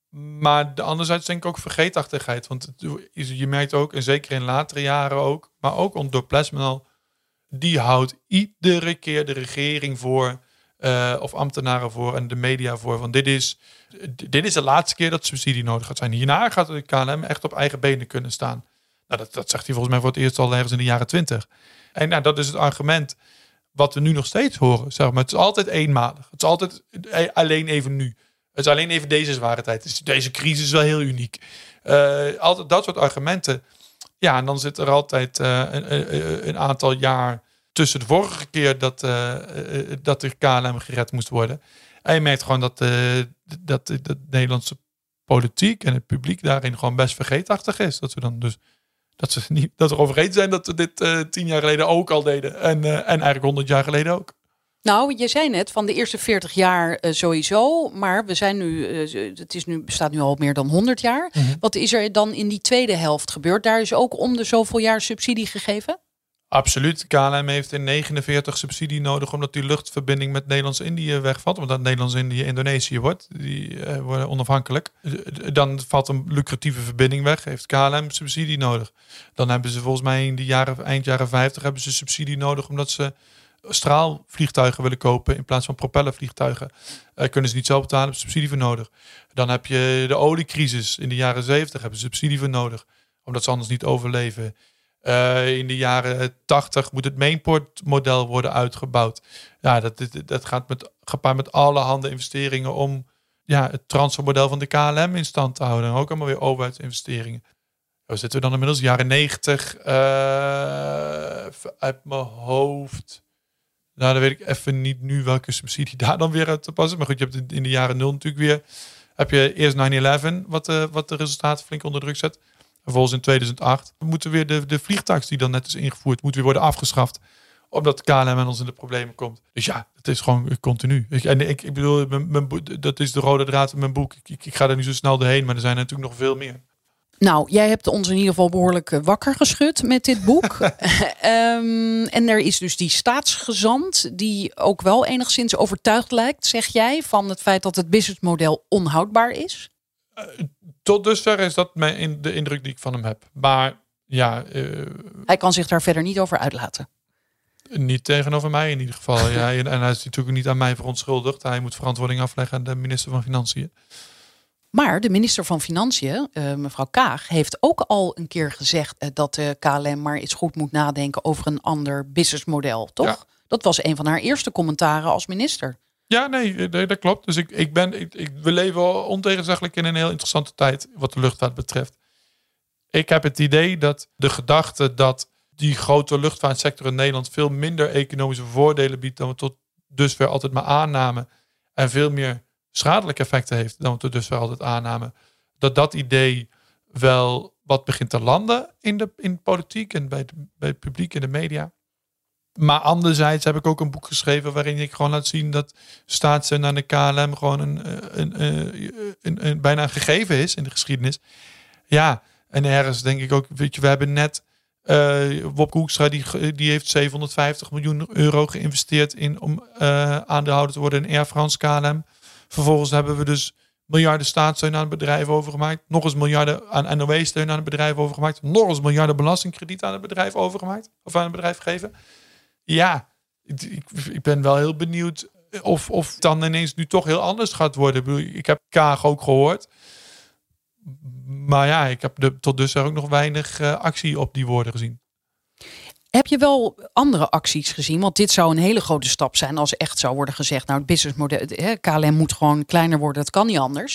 Maar de anderzijds denk ik ook vergeetachtigheid. Want het, je merkt ook, en zeker in latere jaren ook, maar ook door Plesman al, die houdt iedere keer de regering voor, uh, of ambtenaren voor en de media voor. Van dit is, dit is de laatste keer dat subsidie nodig gaat zijn. Hierna gaat de K L M echt op eigen benen kunnen staan. Nou, dat, dat zegt hij volgens mij voor het eerst al ergens in de jaren twintig. En nou, dat is het argument wat we nu nog steeds horen. Zeg maar. Het is altijd eenmalig. Het is altijd alleen even nu. Het is alleen even deze zware tijd. Deze crisis is wel heel uniek. Uh, altijd dat soort argumenten. Ja, en dan zit er altijd uh, een, een aantal jaar tussen de vorige keer dat, uh, dat de K L M gered moest worden. En je merkt gewoon dat, uh, dat, dat de Nederlandse politiek en het publiek daarin gewoon best vergeetachtig is. Dat we dan dus dat ze niet dat er over eens zijn dat we dit uh, tien jaar geleden ook al deden. En, uh, en eigenlijk honderd jaar geleden ook. Nou, je zei net van de eerste veertig jaar uh, sowieso, maar we zijn nu, uh, het is nu, bestaat nu al meer dan honderd jaar. Mm-hmm. Wat is er dan in die tweede helft gebeurd? Daar is ook om de zoveel jaar subsidie gegeven? Absoluut. K L M heeft in negenenveertig subsidie nodig omdat die luchtverbinding met Nederlands-Indië wegvalt. Omdat Nederlands-Indië Indonesië wordt. Die uh, worden onafhankelijk. Dan valt een lucratieve verbinding weg. Heeft K L M subsidie nodig. Dan hebben ze volgens mij in de jaren, eind jaren vijftig hebben ze subsidie nodig omdat ze straalvliegtuigen willen kopen in plaats van propellervliegtuigen, uh, kunnen ze niet zelf betalen, hebben ze subsidie voor nodig. Dan heb je de oliecrisis in de jaren zeventig, hebben ze subsidie voor nodig, omdat ze anders niet overleven. Uh, in de jaren tachtig moet het Mainport-model worden uitgebouwd. Ja, dat, dat, dat gaat met, gepaard met allerhande investeringen om ja, het transfermodel van de K L M in stand te houden. En ook allemaal weer overheidsinvesteringen. Zo zitten we dan inmiddels jaren negentig uh, uit mijn hoofd. Nou, dan weet ik even niet nu welke subsidie daar dan weer uit te passen. Maar goed, je hebt in de jaren nul natuurlijk weer. Heb je eerst nine eleven, wat, uh, wat de resultaten flink onder druk zet. Vervolgens in tweeduizend acht moeten weer de, de vliegtuig die dan net is ingevoerd, moet weer worden afgeschaft. Omdat de K L M en ons in de problemen komt. Dus ja, het is gewoon continu. Ik, en ik, ik bedoel, mijn, mijn, dat is de rode draad in mijn boek. Ik, ik, ik ga er niet zo snel doorheen, maar er zijn natuurlijk nog veel meer. Nou, jij hebt ons in ieder geval behoorlijk wakker geschud met dit boek. um, en er is dus die staatsgezant die ook wel enigszins overtuigd lijkt, zeg jij, van het feit dat het businessmodel onhoudbaar is? Uh, tot dusver is dat mijn, de indruk die ik van hem heb. Maar ja... Uh, hij kan zich daar verder niet over uitlaten. Niet tegenover mij in ieder geval. Ja, en hij is natuurlijk niet aan mij verontschuldigd. Hij moet verantwoording afleggen aan de minister van Financiën. Maar de minister van Financiën, uh, mevrouw Kaag, heeft ook al een keer gezegd uh, dat de K L M maar eens goed moet nadenken over een ander businessmodel, toch? Ja. Dat was een van haar eerste commentaren als minister. Ja, nee, nee dat klopt. Dus ik, ik ben, ik, ik, we leven ontegenzeggelijk in een heel interessante tijd wat de luchtvaart betreft. Ik heb het idee dat de gedachte dat die grote luchtvaartsector in Nederland veel minder economische voordelen biedt dan we tot dusver altijd maar aannamen. En veel meer schadelijke effecten heeft dan we tot dusver altijd aannamen. Dat dat idee wel wat begint te landen in de, in de politiek en bij, de, bij het publiek en de media. Maar anderzijds heb ik ook een boek geschreven waarin ik gewoon laat zien dat staatssteun aan de K L M gewoon een, een, een, een, een bijna een gegeven is in de geschiedenis. Ja, en ergens denk ik ook, weet je, we hebben net Uh, Wopke Hoekstra die, die heeft zevenhonderdvijftig miljoen euro geïnvesteerd in om uh, aandeelhouder te worden in Air France K L M. Vervolgens hebben we dus miljarden staatssteun aan het bedrijf overgemaakt. Nog eens miljarden aan N O W-steun aan het bedrijf overgemaakt. Nog eens miljarden belastingkrediet aan het bedrijf overgemaakt. Of aan het bedrijf gegeven. Ja, ik, ik ben wel heel benieuwd of, of het dan ineens nu toch heel anders gaat worden. Ik heb Kaag ook gehoord. Maar ja, ik heb de, tot dusver ook nog weinig uh, actie op die woorden gezien. Heb je wel andere acties gezien? Want dit zou een hele grote stap zijn als echt zou worden gezegd, nou het businessmodel, K L M moet gewoon kleiner worden, dat kan niet anders.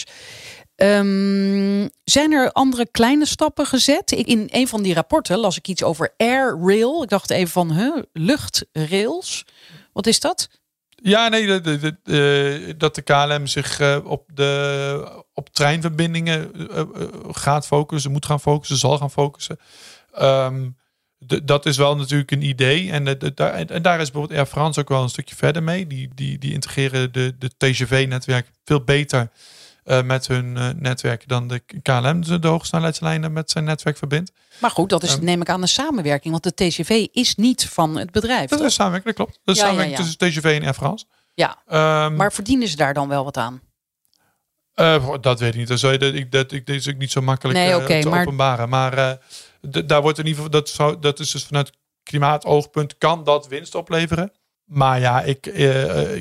Um, zijn er andere kleine stappen gezet? In een van die rapporten las ik iets over Air Rail. Ik dacht even van, huh, luchtrails. Wat is dat? Ja, nee, de, de, de, dat de K L M zich uh, op, de, op treinverbindingen uh, uh, gaat focussen, moet gaan focussen, zal gaan focussen. Um, de, dat is wel natuurlijk een idee. En, de, de, daar, en daar is bijvoorbeeld Air France ook wel een stukje verder mee. Die, die, die integreren de, de T G V-netwerk veel beter uh, met hun uh, netwerk dan de K L M de hogesnelheidslijnen met zijn netwerk verbindt. Maar goed, dat is um, neem ik aan een samenwerking. Want de T G V is niet van het bedrijf. Dat toch? is samenwerking, dat klopt. Dat is ja, samenwerking ja, ja. tussen T G V en Air France. Ja, um, maar verdienen ze daar dan wel wat aan? Uh, dat weet ik niet. Dat is, dat, dat, dat is ook niet zo makkelijk nee, okay, uh, te maar... openbaren. Maar uh, d- daar wordt in ieder geval, dat, zou, dat is dus vanuit klimaatoogpunt kan dat winst opleveren. Maar ja, ik, uh,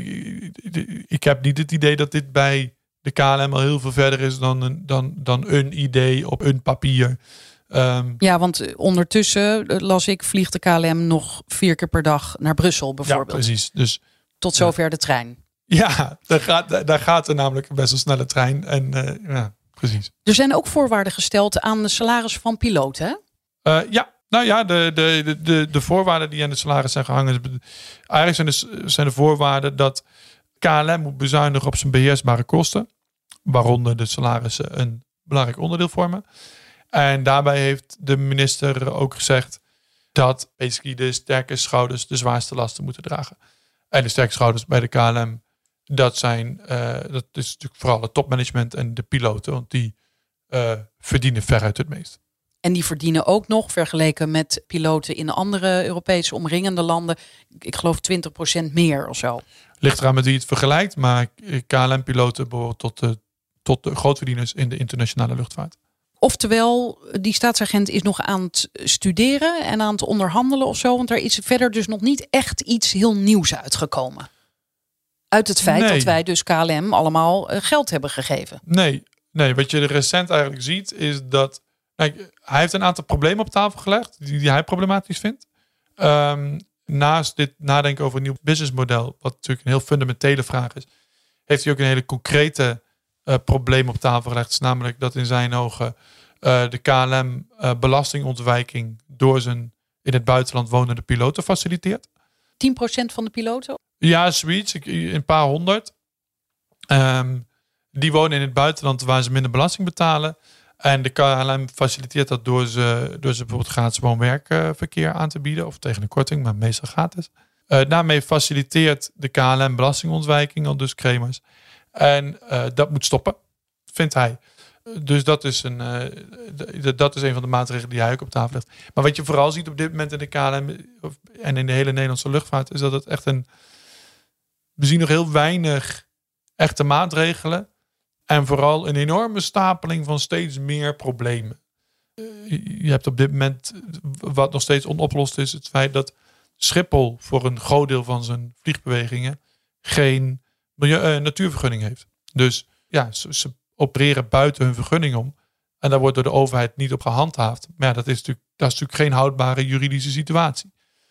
ik heb niet het idee dat dit bij de K L M al heel veel verder is dan een, dan, dan een idee op een papier. Um, ja, want ondertussen las ik, vliegt de K L M nog vier keer per dag naar Brussel bijvoorbeeld. Ja, precies. Dus tot zover ja. de trein. Ja, daar gaat, daar gaat er namelijk best wel snelle trein. En uh, ja, precies. Er zijn ook voorwaarden gesteld aan de salaris van piloten, hè? Uh, ja, nou ja, de, de, de, de voorwaarden die aan de salaris zijn gehangen. Eigenlijk zijn de, zijn de voorwaarden dat K L M moet bezuinigen op zijn beheersbare kosten. Waaronder de salarissen een belangrijk onderdeel vormen. En daarbij heeft de minister ook gezegd dat basically de sterke schouders de zwaarste lasten moeten dragen. En de sterke schouders bij de K L M, dat zijn, uh, dat is natuurlijk vooral het topmanagement en de piloten, want die uh, verdienen veruit het meest. En die verdienen ook nog, vergeleken met piloten in andere Europese omringende landen, ik geloof twintig procent meer of zo. Ligt eraan met wie je het vergelijkt, maar K L M-piloten behoren tot de, tot de grootverdieners in de internationale luchtvaart. Oftewel, die staatsagent is nog aan het studeren en aan het onderhandelen of zo. Want er is verder dus nog niet echt iets heel nieuws uitgekomen. Uit het feit nee. dat wij dus K L M allemaal geld hebben gegeven. Nee, nee, wat je er recent eigenlijk ziet is dat... Kijk, hij heeft een aantal problemen op tafel gelegd die, die hij problematisch vindt. Um, naast dit nadenken over een nieuw businessmodel, wat natuurlijk een heel fundamentele vraag is, heeft hij ook een hele concrete uh, probleem op tafel gelegd. Is namelijk dat in zijn ogen uh, de K L M uh, belastingontwijking door zijn in het buitenland wonende piloten faciliteert. tien procent van de piloten? Ja, zoiets. Een paar honderd. Um, die wonen in het buitenland waar ze minder belasting betalen. En de K L M faciliteert dat door ze, door ze bijvoorbeeld gratis woon-werkverkeer aan te bieden. Of tegen een korting, maar meestal gratis. Uh, daarmee faciliteert de K L M belastingontwijking, al dus Kremers. En uh, dat moet stoppen, vindt hij. Dus dat is, een, uh, dat is een van de maatregelen die hij ook op tafel legt. Maar wat je vooral ziet op dit moment in de K L M en in de hele Nederlandse luchtvaart, is dat het echt een... We zien nog heel weinig echte maatregelen. En vooral een enorme stapeling van steeds meer problemen. Je hebt op dit moment, wat nog steeds onopgelost is, het feit dat Schiphol voor een groot deel van zijn vliegbewegingen geen milieu, uh, natuurvergunning heeft. Dus ja, ze, ze opereren buiten hun vergunning om. En daar wordt door de overheid niet op gehandhaafd. Maar ja, dat is natuurlijk, dat is natuurlijk geen houdbare juridische situatie.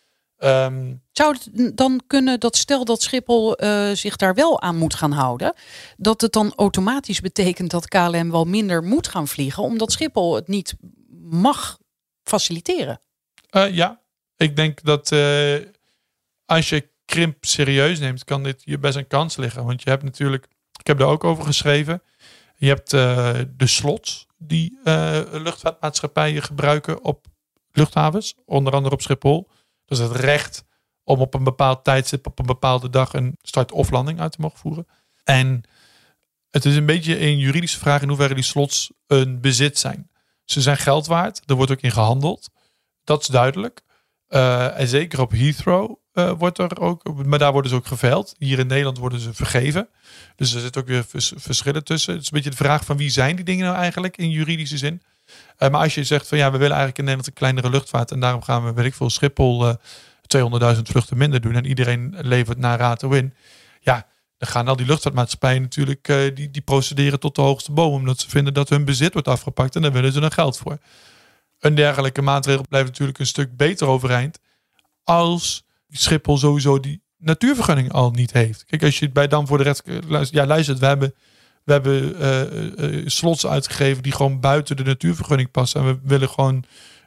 Um, Zou het dan kunnen dat stel dat Schiphol uh, zich daar wel aan moet gaan houden, dat het dan automatisch betekent dat K L M wel minder moet gaan vliegen, omdat Schiphol het niet mag faciliteren? Uh, ja, ik denk dat uh, als je krimp serieus neemt, kan dit je best een kans liggen. Want je hebt natuurlijk, ik heb daar ook over geschreven, je hebt uh, de slots die uh, luchtvaartmaatschappijen gebruiken op luchthavens, onder andere op Schiphol. Dus het recht om op een bepaald tijdstip op een bepaalde dag een start- of landing uit te mogen voeren. En het is een beetje een juridische vraag in hoeverre die slots een bezit zijn. Ze zijn geld waard. Er wordt ook in gehandeld. Dat is duidelijk. Uh, en zeker op Heathrow uh, wordt er ook, maar daar worden ze ook geveild. Hier in Nederland worden ze vergeven. Dus er zitten ook weer vers, verschillen tussen. Het is een beetje de vraag van wie zijn die dingen nou eigenlijk in juridische zin. Uh, maar als je zegt van ja, we willen eigenlijk in Nederland een kleinere luchtvaart en daarom gaan we, weet ik veel, Schiphol uh, tweehonderdduizend vluchten minder doen en iedereen levert naar rato in. Ja, dan gaan al die luchtvaartmaatschappijen natuurlijk, uh, die, die procederen tot de hoogste boom, omdat ze vinden dat hun bezit wordt afgepakt en daar willen ze dan geld voor. Een dergelijke maatregel blijft natuurlijk een stuk beter overeind als Schiphol sowieso die natuurvergunning al niet heeft. Kijk, als je het bij dan voor de rest luistert, ja luistert, we hebben We hebben uh, uh, slots uitgegeven die gewoon buiten de natuurvergunning passen. En we willen gewoon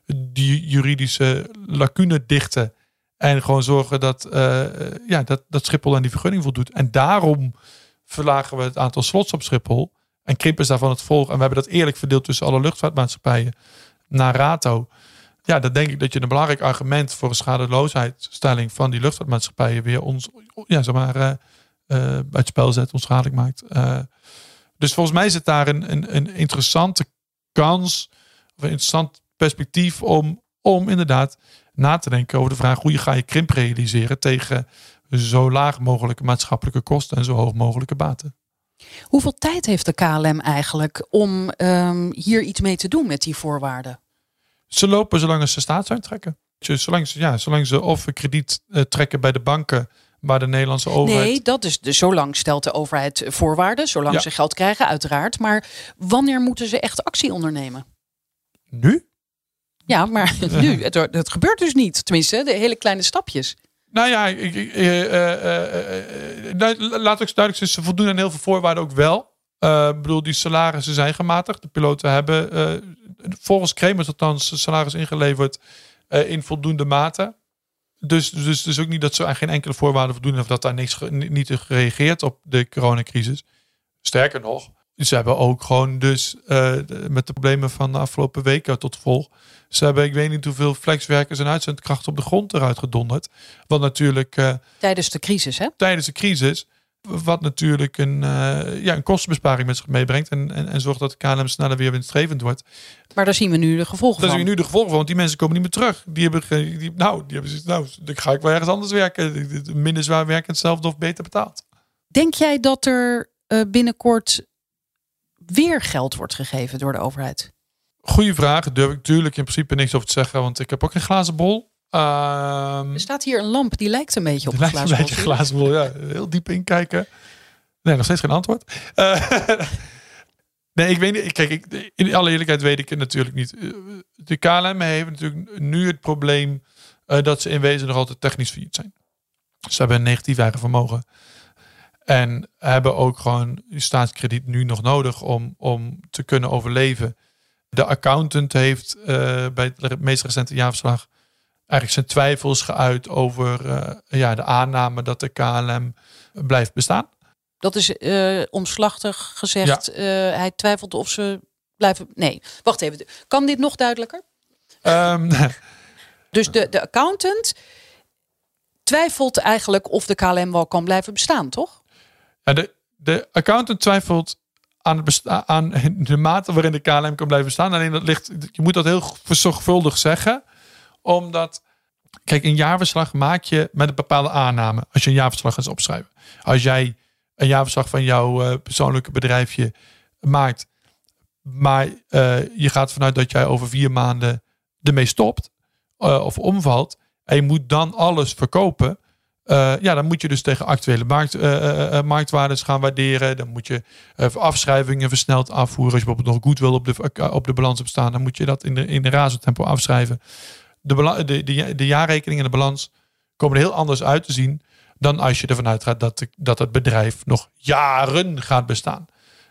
die juridische lacune dichten. En gewoon zorgen dat, uh, ja, dat, dat Schiphol aan die vergunning voldoet. En daarom verlagen we het aantal slots op Schiphol. En krimpen is daarvan het volgen. En we hebben dat eerlijk verdeeld tussen alle luchtvaartmaatschappijen naar rato. Ja, dan denk ik dat je een belangrijk argument voor een schadeloosheidstelling van die luchtvaartmaatschappijen weer ons, ja, zeg maar, uh, uh, uit het spel zet, onschadelijk maakt. Uh, Dus volgens mij zit daar een, een, een interessante kans, of een interessant perspectief om, om inderdaad na te denken over de vraag hoe je ga je krimp realiseren tegen zo laag mogelijke maatschappelijke kosten en zo hoog mogelijke baten. Hoeveel tijd heeft de K L M eigenlijk om um, hier iets mee te doen met die voorwaarden? Ze lopen zolang ze staatssteun trekken. Dus zolang ze, ja, zolang ze of krediet uh, trekken bij de banken, waar de Nederlandse overheid... Nee, dat is de, zolang stelt de overheid voorwaarden, zolang ja. ze geld krijgen, uiteraard. Maar wanneer moeten ze echt actie ondernemen? Nu? Ja, maar nu. Het, het gebeurt dus niet. Tenminste, de hele kleine stapjes. Nou ja, ik, ik, uh, uh, uh, laat ik duidelijk zijn, ze voldoen aan heel veel voorwaarden ook wel. Uh, ik bedoel, die salarissen zijn gematigd. De piloten hebben uh, volgens Kremers althans salaris ingeleverd uh, in voldoende mate. Dus, dus, dus ook niet dat ze aan geen enkele voorwaarden voldoen of dat daar niks niet gereageerd op de coronacrisis. Sterker nog, ze hebben ook gewoon dus uh, met de problemen van de afgelopen weken tot gevolg. Ze hebben, ik weet niet hoeveel flexwerkers en uitzendkrachten op de grond eruit gedonderd. Wat natuurlijk... Uh, tijdens de crisis, hè? Tijdens de crisis. Wat natuurlijk een, uh, ja, een kostenbesparing met zich meebrengt. En, en, en zorgt dat de K L M sneller weer winstgevend wordt. Maar daar zien we nu de gevolgen daar van. Daar zien we nu de gevolgen van. Want die mensen komen niet meer terug. Die hebben, die, nou, die hebben nou, dan ga ik wel ergens anders werken. Minder zwaar werken, hetzelfde of beter betaald. Denk jij dat er uh, binnenkort weer geld wordt gegeven door de overheid? Goeie vraag. Daar durf ik natuurlijk in principe niks over te zeggen. Want ik heb ook geen glazen bol. Um, er staat hier een lamp. Die lijkt een beetje op een lijkt glazen een beetje bol. glazen bol. Ja, heel diep inkijken. Nee, nog steeds geen antwoord. Uh, nee, ik weet niet. Kijk, ik, in alle eerlijkheid weet ik het natuurlijk niet. De K L M heeft natuurlijk nu het probleem uh, dat ze in wezen nog altijd technisch failliet zijn. Ze hebben een negatief eigen vermogen. En hebben ook gewoon staatskrediet nu nog nodig om, om te kunnen overleven. De accountant heeft uh, bij het meest recente jaarverslag eigenlijk zijn twijfels geuit over uh, ja, de aanname dat de K L M blijft bestaan. Dat is uh, omslachtig gezegd. Ja. Uh, hij twijfelt of ze blijven... Nee, wacht even. Kan dit nog duidelijker? Um, dus de, de accountant twijfelt eigenlijk of de K L M wel kan blijven bestaan, toch? Ja, de, de accountant twijfelt aan, het besta- aan de mate waarin de K L M kan blijven bestaan. Alleen dat ligt, je moet dat heel zorgvuldig zeggen. Omdat, kijk, een jaarverslag maak je met een bepaalde aanname. Als je een jaarverslag gaat opschrijven. Als jij een jaarverslag van jouw uh, persoonlijke bedrijfje maakt. Maar uh, je gaat vanuit dat jij over vier maanden ermee stopt. Uh, of omvalt. En je moet dan alles verkopen. Uh, ja, dan moet je dus tegen actuele markt, uh, uh, marktwaardes gaan waarderen. Dan moet je uh, afschrijvingen versneld afvoeren. Als je bijvoorbeeld nog goodwill op de, uh, op de balans hebt staan, dan moet je dat in de, in de razend tempo afschrijven. De, bala- de, de, de jaarrekening en de balans komen er heel anders uit te zien dan als je ervan uitgaat dat, de, dat het bedrijf nog jaren gaat bestaan.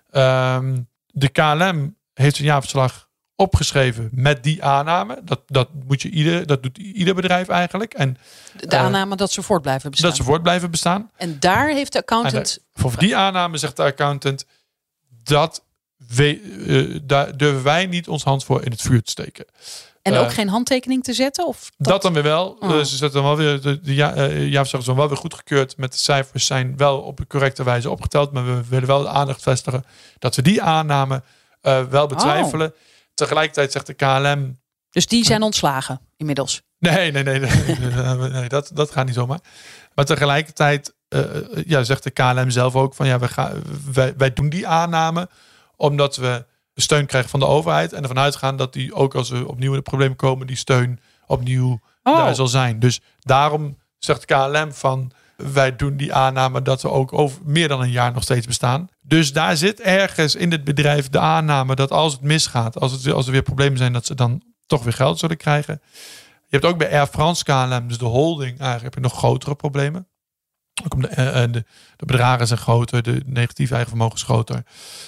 Um, de K L M heeft zijn jaarverslag opgeschreven met die aanname. Dat, dat, moet je ieder, dat doet ieder bedrijf eigenlijk. En, de uh, aanname dat ze voort blijven bestaan. Dat ze voort blijven bestaan. En daar heeft de accountant... En voor die aanname zegt de accountant, dat we, uh, daar durven wij niet ons hand voor in het vuur te steken. En ook uh, geen handtekening te zetten? Of dat... dat dan weer wel. Oh. Uh, ze zetten dan wel weer de, de ja, uh, jaarverslag is dan wel weer goedgekeurd. Met de cijfers zijn wel op de correcte wijze opgeteld. Maar we willen wel de aandacht vestigen dat we die aanname uh, wel betwijfelen. Oh. Tegelijkertijd zegt de K L M... Dus die zijn ontslagen inmiddels? Nee, nee, nee. nee, nee, nee dat, dat gaat niet zomaar. Maar tegelijkertijd uh, ja, zegt de K L M zelf ook van ja, wij, gaan, wij, wij doen die aanname omdat we de steun krijgen van de overheid. En ervan uitgaan dat die ook als we opnieuw in de problemen komen, die steun opnieuw oh. daar zal zijn. Dus daarom zegt de K L M van wij doen die aanname dat we ook over meer dan een jaar nog steeds bestaan. Dus daar zit ergens in het bedrijf de aanname dat als het misgaat, als, het, als er weer problemen zijn, dat ze dan toch weer geld zullen krijgen. Je hebt ook bij Air France K L M, dus de holding, eigenlijk heb je nog grotere problemen. Ook om de, uh, de, de bedragen zijn groter, de negatieve eigen vermogen is groter.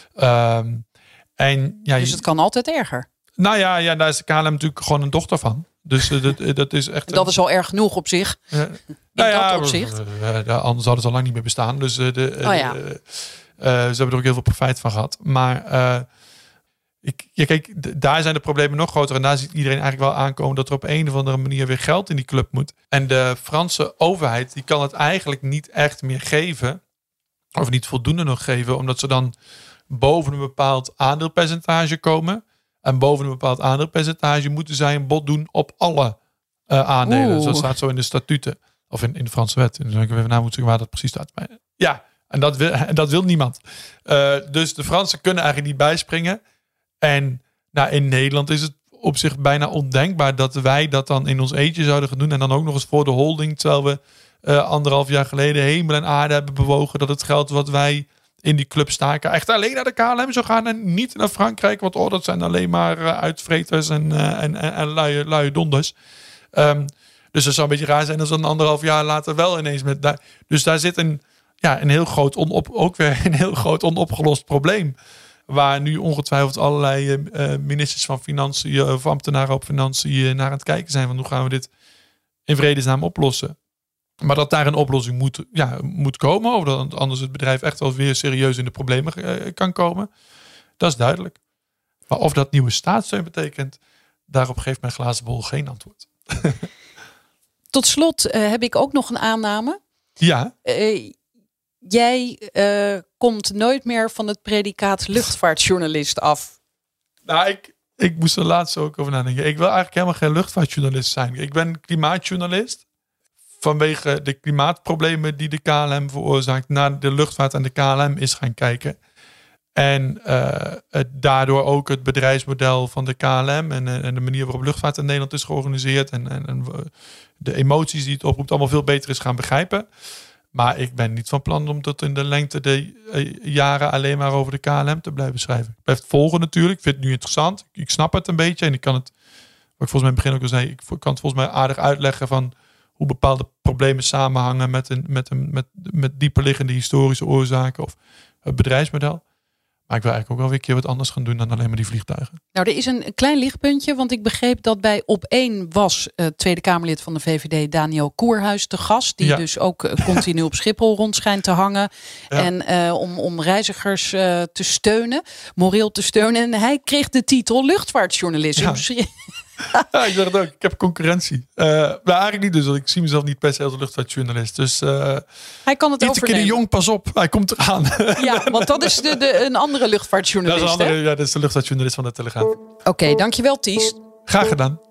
Um, en, ja, dus het kan altijd erger? Nou ja, ja, daar is de K L M natuurlijk gewoon een dochter van. Dus uh, dat, dat is echt. Dat is al erg genoeg op zich. Uh, in nou ja, dat opzicht. Uh, uh, anders hadden ze al lang niet meer bestaan. Dus uh, de, uh, oh ja. uh, uh, ze hebben er ook heel veel profijt van gehad. Maar uh, ik, ja, kijk, d- daar zijn de problemen nog groter. En daar ziet iedereen eigenlijk wel aankomen dat er op een of andere manier weer geld in die club moet. En de Franse overheid die kan het eigenlijk niet echt meer geven. Of niet voldoende nog geven. Omdat ze dan boven een bepaald aandeelpercentage komen. En boven een bepaald aandeelpercentage moeten zij een bod doen op alle uh, aandelen. Oeh. Dat staat zo in de statuten. Of in, in de Franse wet. En dan ik even na moeten zeggen waar dat precies staat. Maar ja, en dat wil, en dat wil niemand. Uh, dus de Fransen kunnen eigenlijk niet bijspringen. En nou, in Nederland is het op zich bijna ondenkbaar dat wij dat dan in ons eentje zouden gaan doen. En dan ook nog eens voor de holding. Terwijl we uh, anderhalf jaar geleden hemel en aarde hebben bewogen dat het geld wat wij in die club staken echt alleen naar de K L M zou gaan en niet naar Frankrijk. Want oh, dat zijn alleen maar uh, uitvreters en, uh, en, en, en luie, luie donders. Um, dus het zou een beetje raar zijn als een anderhalf jaar later wel ineens met daar. Dus daar zit een, ja, een heel groot onop, ook weer een heel groot onopgelost probleem. Waar nu ongetwijfeld allerlei uh, ministers van Financiën of ambtenaren op Financiën naar aan het kijken zijn van hoe gaan we dit in vredesnaam oplossen. Maar dat daar een oplossing moet, ja, moet komen. Of dat anders het bedrijf echt wel weer serieus in de problemen uh, kan komen. Dat is duidelijk. Maar of dat nieuwe staatssteun betekent, daarop geeft mijn glazen bol geen antwoord. Tot slot uh, heb ik ook nog een aanname. Ja. Uh, jij uh, komt nooit meer van het predicaat luchtvaartjournalist af. Nou, ik, ik moest er laatst ook over nadenken. Ik wil eigenlijk helemaal geen luchtvaartjournalist zijn. Ik ben klimaatjournalist. Vanwege de klimaatproblemen die de K L M veroorzaakt, naar de luchtvaart en de K L M is gaan kijken. En uh, het, daardoor ook het bedrijfsmodel van de K L M en, en de manier waarop luchtvaart in Nederland is georganiseerd en, en, en de emoties die het oproept allemaal veel beter is gaan begrijpen. Maar ik ben niet van plan om tot in de lengte der jaren alleen maar over de K L M te blijven schrijven. Ik blijf het volgen natuurlijk. Ik vind het nu interessant. Ik snap het een beetje en ik kan het, wat ik volgens mij in het begin ook al zei, ik kan het volgens mij aardig uitleggen van hoe bepaalde problemen samenhangen met een, met een, met, met dieperliggende historische oorzaken of het bedrijfsmodel. Maar ik wil eigenlijk ook wel weer een keer wat anders gaan doen dan alleen maar die vliegtuigen. Nou, er is een klein lichtpuntje, want ik begreep dat bij Op één was uh, Tweede Kamerlid van de V V D Daniel Koerhuis te gast. Die ja. dus ook uh, continu op Schiphol rond schijnt te hangen. Ja. En uh, om, om reizigers uh, te steunen, moreel te steunen. En hij kreeg de titel luchtvaartjournalist. Ja. Ja, ik dacht ook. Ik heb concurrentie. Uh, maar eigenlijk niet dus. Want ik zie mezelf niet per se als luchtvaartjournalist. Dus uh, hij kan het Ieteke de Jong, pas op. Hij komt eraan. Ja, want dat is de, de, een andere luchtvaartjournalist. Dat is, een andere, ja, dat is de luchtvaartjournalist van de Telegraaf. Oké, okay, dankjewel Ties. Graag gedaan.